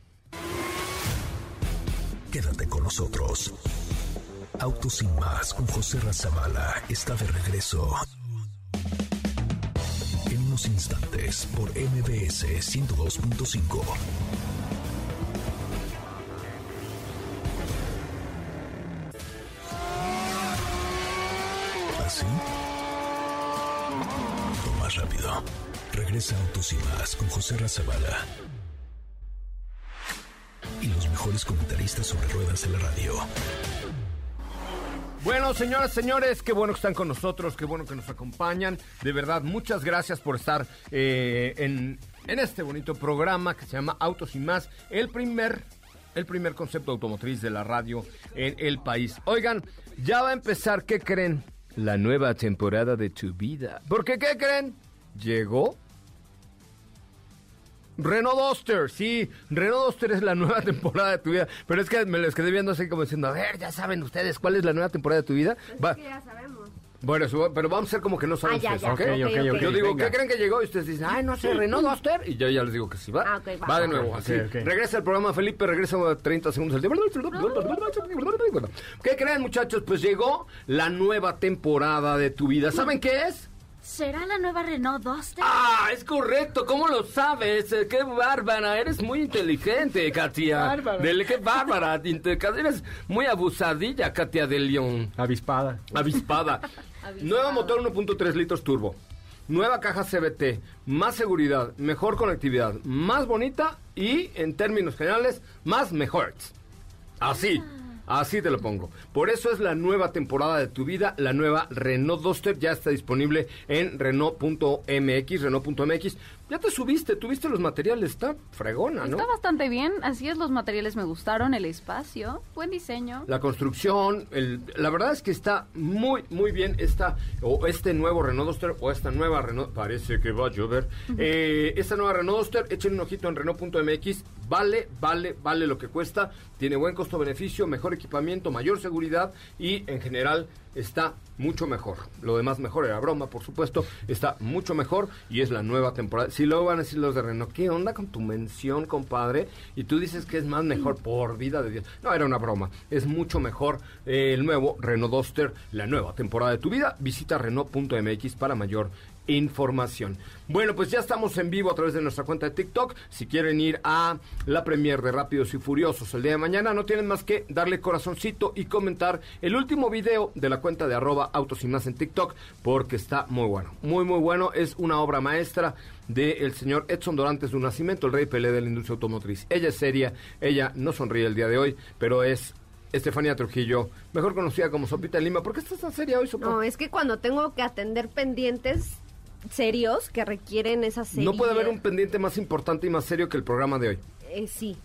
Quédate con nosotros. Autos y Más con José Razabala está de regreso. En unos instantes por M B S ciento dos punto cinco. ¿Así? O más rápido. Regresa Autos y Más con José Razabala. Y los mejores comentaristas sobre ruedas en la radio. Bueno, señoras, señores, qué bueno que están con nosotros, qué bueno que nos acompañan. De verdad, muchas gracias por estar eh, en, en este bonito programa que se llama Autos y Más, el primer, el primer concepto automotriz de la radio en el país. Oigan, ya va a empezar, ¿qué creen? La nueva temporada de tu vida. ¿Por qué qué creen? Llegó Renault Duster, sí, Renault Duster es la nueva temporada de tu vida, pero es que me les quedé viendo así como diciendo, a ver, ya saben ustedes cuál es la nueva temporada de tu vida. Va. Es que ya sabemos. Bueno, eso, pero vamos a ser como que no saben ah, ya, ustedes, ya. ¿okay? Okay, okay, okay. Yo digo, Venga. ¿qué creen que llegó? Y ustedes dicen, ay, no sé, Renault Duster, y yo ya les digo que sí, va. Ah, okay, va. Va de nuevo, así. Okay, okay. Regresa el programa, Felipe, regresa treinta segundos al día. ¿Qué creen, muchachos? Pues llegó la nueva temporada de tu vida. ¿Saben qué es? ¿Será la nueva Renault Duster? ¡Ah, es correcto! ¿Cómo lo sabes? Eh, ¡Qué bárbara! Eres muy inteligente, Katia. Bárbara. Dele, ¡qué bárbara! Eres muy abusadilla, Katia de León. Avispada. Avispada. Nuevo motor uno punto tres litros turbo. Nueva caja C V T. Más seguridad, mejor conectividad, más bonita y, en términos generales, más mejores. Así. Así te lo pongo. Por eso es la nueva temporada de tu vida, la nueva Renault Duster. Ya está disponible en Renault punto M X, Renault punto M X. Ya te subiste, tuviste los materiales, está fregona, ¿no? Está bastante bien, así es, los materiales me gustaron, el espacio, buen diseño. La construcción, el, la verdad es que está muy, muy bien esta, o este nuevo Renault Duster, o esta nueva Renault, parece que va a llover, uh-huh. eh, esta nueva Renault Duster, echen un ojito en Renault punto M X, vale, vale, vale lo que cuesta, tiene buen costo-beneficio, mejor equipamiento, mayor seguridad y en general está mucho mejor. Lo demás mejor era broma, por supuesto, está mucho mejor y es la nueva temporada. Si luego van a decir los de Renault, ¿qué onda con tu mención, compadre? Y tú dices que es más mejor, por vida de Dios. No, era una broma, es mucho mejor eh, el nuevo Renault Duster, la nueva temporada de tu vida. Visita Renault punto M X para mayor información. Bueno, pues ya estamos en vivo a través de nuestra cuenta de TikTok. Si quieren ir a la premier de Rápidos y Furiosos el día de mañana, no tienen más que darle corazoncito y comentar el último video de la cuenta de arroba Autos y Más en TikTok, porque está muy bueno, muy muy bueno. Es una obra maestra del señor Edson Dorantes de un Nacimiento, el rey Pelé de la industria automotriz. Ella es seria, ella no sonríe el día de hoy, pero es Estefanía Trujillo, mejor conocida como Sopita de Lima. ¿Por qué estás tan seria hoy, Sopa? No, es que cuando tengo que atender pendientes serios que requieren esa serie... No puede haber un pendiente más importante y más serio que el programa de hoy. Eh, sí,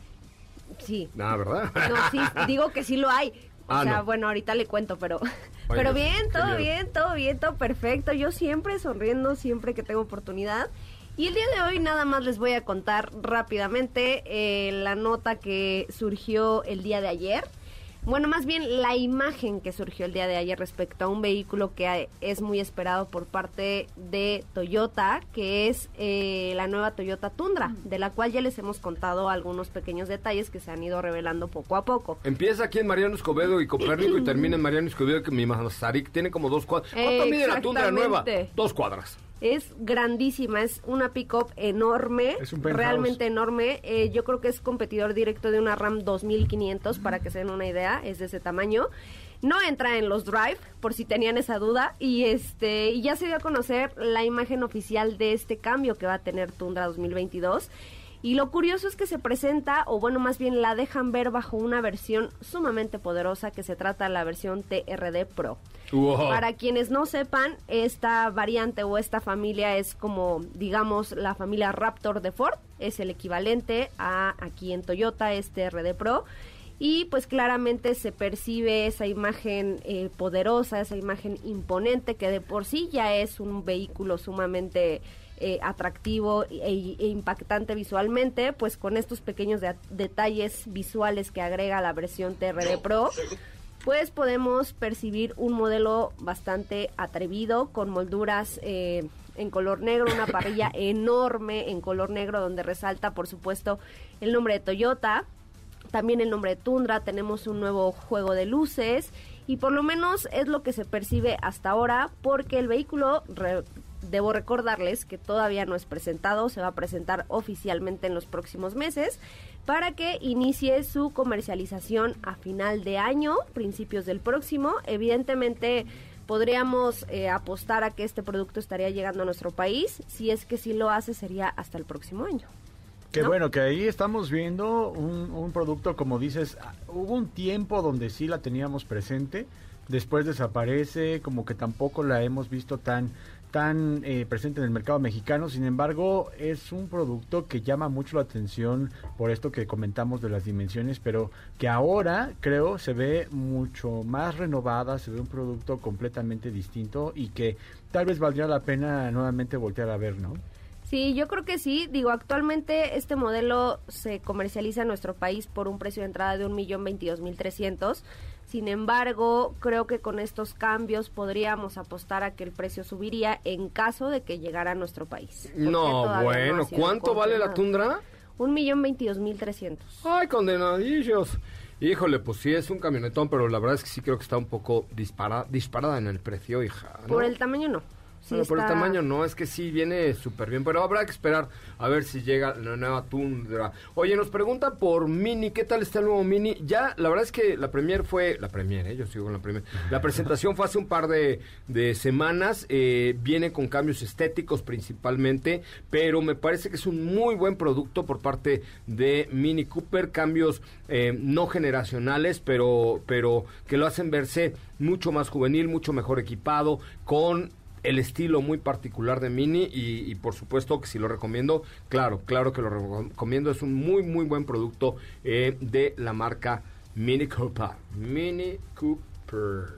sí. Ah, ¿verdad? No, sí, digo que sí lo hay. O Ah, sea, no. bueno, ahorita le cuento, pero... Oye, pero qué bien, todo miedo. bien, todo bien, todo perfecto. Yo siempre sonriendo, siempre que tengo oportunidad. Y el día de hoy nada más les voy a contar rápidamente eh, la nota que surgió el día de ayer. Bueno, más bien la imagen que surgió el día de ayer respecto a un vehículo que es muy esperado por parte de Toyota, que es eh, la nueva Toyota Tundra, de la cual ya les hemos contado algunos pequeños detalles que se han ido revelando poco a poco. Empieza aquí en Mariano Escobedo y Copérnico y termina en Mariano Escobedo, que mi Mazarik tiene como dos cuadras. ¿Cuánto mide la Tundra nueva? Dos cuadras. Es grandísima, es una pick-up enorme, Es un penthouse. realmente enorme. Eh, yo creo que es competidor directo de una Ram dos mil quinientos, para que se den una idea, es de ese tamaño. No entra en los Drive, por si tenían esa duda, y este y ya se dio a conocer la imagen oficial de este cambio que va a tener Tundra dos mil veintidós. Y lo curioso es que se presenta, o bueno, más bien la dejan ver bajo una versión sumamente poderosa, que se trata de la versión T R D Pro. Wow. Para quienes no sepan, esta variante o esta familia es como, digamos, la familia Raptor de Ford. Es el equivalente a aquí en Toyota, este T R D Pro. Y pues claramente se percibe esa imagen eh, poderosa, esa imagen imponente, que de por sí ya es un vehículo sumamente eh, atractivo e, e impactante visualmente. Pues con estos pequeños de, detalles visuales que agrega la versión T R D Pro, pues podemos percibir un modelo bastante atrevido, con molduras eh, en color negro, una parrilla enorme en color negro, donde resalta, por supuesto, el nombre de Toyota, también el nombre de Tundra. Tenemos un nuevo juego de luces, y por lo menos es lo que se percibe hasta ahora, porque el vehículo, re, debo recordarles que todavía no es presentado, se va a presentar oficialmente en los próximos meses, para que inicie su comercialización a final de año, principios del próximo. Evidentemente podríamos eh, apostar a que este producto estaría llegando a nuestro país. Si es que sí lo hace, sería hasta el próximo año. Qué ¿no? bueno, que ahí estamos viendo un, un producto, como dices, hubo un tiempo donde sí la teníamos presente, después desaparece, como que tampoco la hemos visto tan tan eh, presente en el mercado mexicano. Sin embargo, es un producto que llama mucho la atención por esto que comentamos de las dimensiones, pero que ahora creo se ve mucho más renovada, se ve un producto completamente distinto y que tal vez valdría la pena nuevamente voltear a ver, ¿no? Sí, yo creo que sí. Digo, actualmente este modelo se comercializa en nuestro país por un precio de entrada de un millón veintidós mil trescientos. Sin embargo, creo que con estos cambios podríamos apostar a que el precio subiría en caso de que llegara a nuestro país. No, bueno, no ¿cuánto vale la Tundra? Un millón veintidós mil trescientos. Ay, condenadillos. Híjole, pues sí es un camionetón, pero la verdad es que sí creo que está un poco dispara, disparada en el precio, hija, ¿no? Por el tamaño no. Sí, bueno, por el está... tamaño no, es que sí viene súper bien, pero habrá que esperar a ver si llega la nueva Tundra. Oye, nos pregunta por Mini, ¿qué tal está el nuevo Mini? Ya, la verdad es que la premier fue, la premier, ¿eh? Yo sigo con la premier. La presentación fue hace un par de, de semanas, eh, viene con cambios estéticos principalmente, pero me parece que es un muy buen producto por parte de Mini Cooper, cambios eh, no generacionales, pero, pero que lo hacen verse mucho más juvenil, mucho mejor equipado, con el estilo muy particular de Mini y, y por supuesto que si lo recomiendo, claro, claro que lo recomiendo, es un muy muy buen producto eh, de la marca Mini Cooper. Mini Cooper.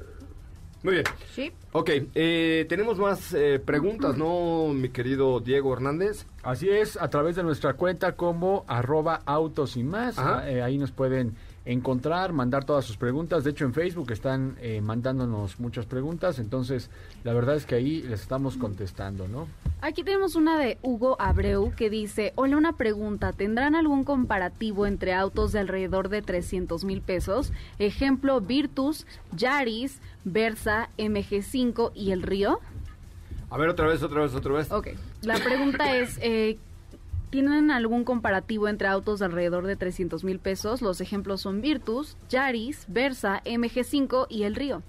Muy bien. Sí. Ok, eh, tenemos más eh, preguntas, ¿no, mi querido Diego Hernández? Así es, a través de nuestra cuenta como arroba autos y más, eh, ahí nos pueden encontrar, mandar todas sus preguntas. De hecho, en Facebook están eh, mandándonos muchas preguntas, entonces la verdad es que ahí les estamos contestando, ¿no? Aquí tenemos una de Hugo Abreu que dice: hola, una pregunta, ¿tendrán algún comparativo entre autos de alrededor de trescientos mil pesos? Ejemplo, Virtus, Yaris, Versa, M G cinco y el Río. A ver, otra vez, otra vez, otra vez. Ok, la pregunta es, eh, ¿tienen algún comparativo entre autos de alrededor de trescientos mil pesos? Los ejemplos son Virtus, Yaris, Versa, M G cinco y el Río.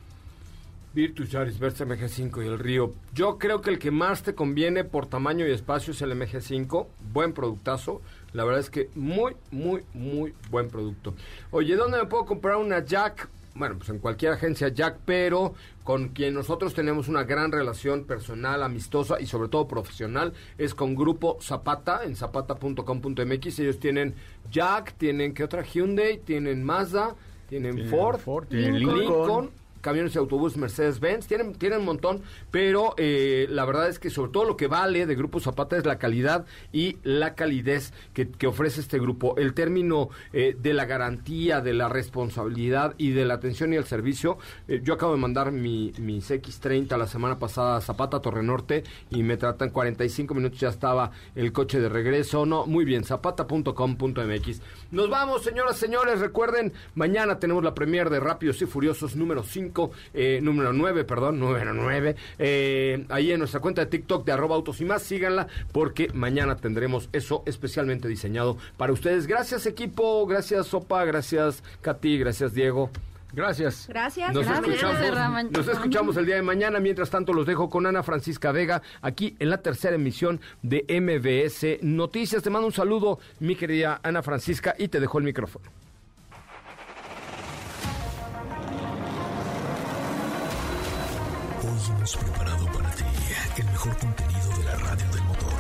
Virtus, Yaris, Versa, M G cinco y el Río. Yo creo que el que más te conviene por tamaño y espacio es el M G cinco. Buen productazo. La verdad es que muy, muy, muy buen producto. Oye, ¿dónde me puedo comprar una Jack? Bueno, pues en cualquier agencia Jack, pero con quien nosotros tenemos una gran relación personal, amistosa y sobre todo profesional, es con Grupo Zapata, en zapata punto com punto m x. Ellos tienen Jack, tienen, ¿qué otra? Hyundai, tienen Mazda, tienen, tienen Ford, Ford, tienen Lincoln, Lincoln. Lincoln camiones y autobús Mercedes-Benz, tienen, tienen un montón, pero eh, la verdad es que sobre todo lo que vale de Grupo Zapata es la calidad y la calidez que, que ofrece este grupo. El término eh, de la garantía, de la responsabilidad y de la atención y el servicio, eh, yo acabo de mandar mi, mis equis treinta la semana pasada a Zapata, Torre Norte, y me tratan cuarenta y cinco minutos, ya estaba el coche de regreso. No, muy bien, zapata punto com punto m x. Nos vamos, señoras, señores, recuerden, mañana tenemos la premier de Rápidos y Furiosos número cinco. Eh, número nueve, perdón, número nueve, eh, ahí en nuestra cuenta de TikTok de arroba autos y más, síganla porque mañana tendremos eso especialmente diseñado para ustedes. Gracias, equipo, gracias, Sopa, gracias, Katy, gracias, Diego. Gracias. Gracias. Nos, gracias. escuchamos, nos escuchamos el día de mañana. Mientras tanto, los dejo con Ana Francisca Vega, aquí en la tercera emisión de M B S Noticias. Te mando un saludo, mi querida Ana Francisca, y te dejo el micrófono. Hoy hemos preparado para ti el mejor contenido de la radio del motor.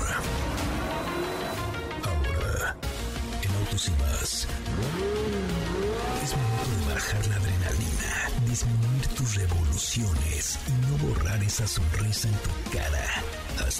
Ahora, en Autos y Más, es momento de bajar la adrenalina, disminuir tus revoluciones y no borrar esa sonrisa en tu cara. Así